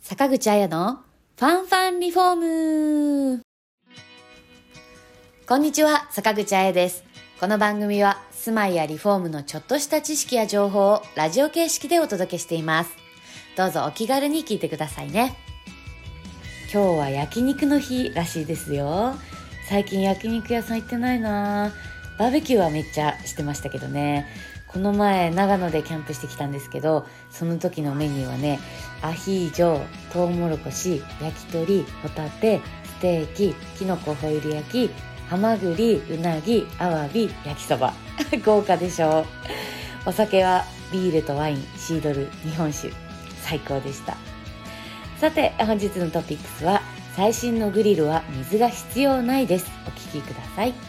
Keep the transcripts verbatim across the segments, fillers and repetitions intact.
坂口彩のファンファンリフォーム。こんにちは、坂口彩です。この番組は住まいやリフォームのちょっとした知識や情報をラジオ形式でお届けしています。どうぞお気軽に聞いてくださいね。今日は焼肉の日らしいですよ。最近焼肉屋さん行ってないな。バーベキューはめっちゃしてましたけどね。この前長野でキャンプしてきたんですけど、その時のメニューはね、アヒージョ、トウモロコシ、焼き鳥、ホタテ、ステーキ、キノコホイル焼き、ハマグリ、ウナギ、アワビ、焼きそば豪華でしょう。お酒はビールとワイン、シードル、日本酒、最高でした。さて、本日のトピックスは最新のグリルは水が必要ないです。お聞きください。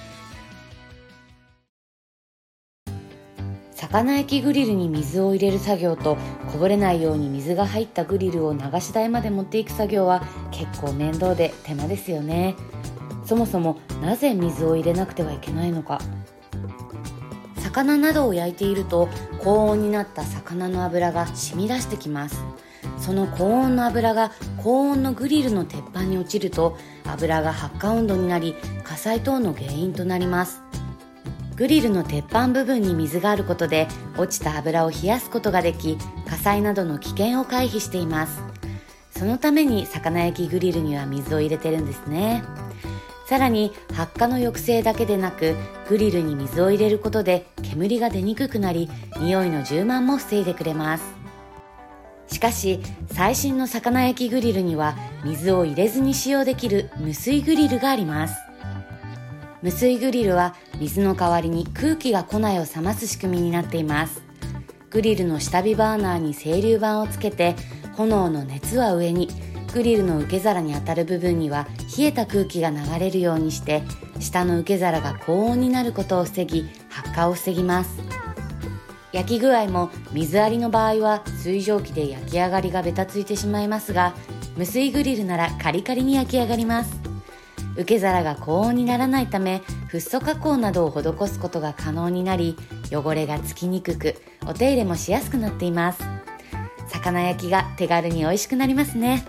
魚焼きグリルに水を入れる作業と、こぼれないように水が入ったグリルを流し台まで持っていく作業は結構面倒で手間ですよね。そもそもなぜ水を入れなくてはいけないのか。魚などを焼いていると、高温になった魚の脂が染み出してきます。その高温の油が高温のグリルの鉄板に落ちると、油が発火温度になり、火災等の原因となります。グリルの鉄板部分に水があることで、落ちた油を冷やすことができ、火災などの危険を回避しています。そのために魚焼きグリルには水を入れてるんですね。さらに発火の抑制だけでなく、グリルに水を入れることで煙が出にくくなり、匂いの充満も防いでくれます。しかし、最新の魚焼きグリルには水を入れずに使用できる無水グリルがあります。無水グリルは水の代わりに空気が庫内を冷ます仕組みになっています。グリルの下火バーナーに整流板をつけて、炎の熱は上に、グリルの受け皿に当たる部分には冷えた空気が流れるようにして、下の受け皿が高温になることを防ぎ、発火を防ぎます。焼き具合も水ありの場合は水蒸気で焼き上がりがベタついてしまいますが、無水グリルならカリカリに焼き上がります。受け皿が高温にならないため、フッ素加工などを施すことが可能になり、汚れがつきにくく、お手入れもしやすくなっています。魚焼きが手軽に美味しくなりますね。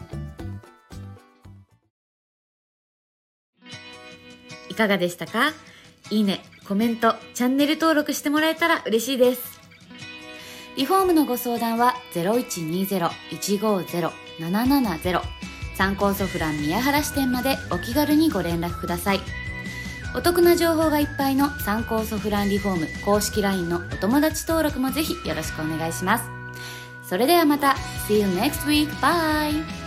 いかがでしたか？いいね、コメント、チャンネル登録してもらえたら嬉しいです。リフォームのご相談は ゼロいちにゼロ いちごゼロ ななななゼロ、参考ソフラン宮原支店までお気軽にご連絡ください。お得な情報がいっぱいの参考ソフランリフォーム公式 ライン のお友達登録もぜひよろしくお願いします。それではまた See you next week. Bye!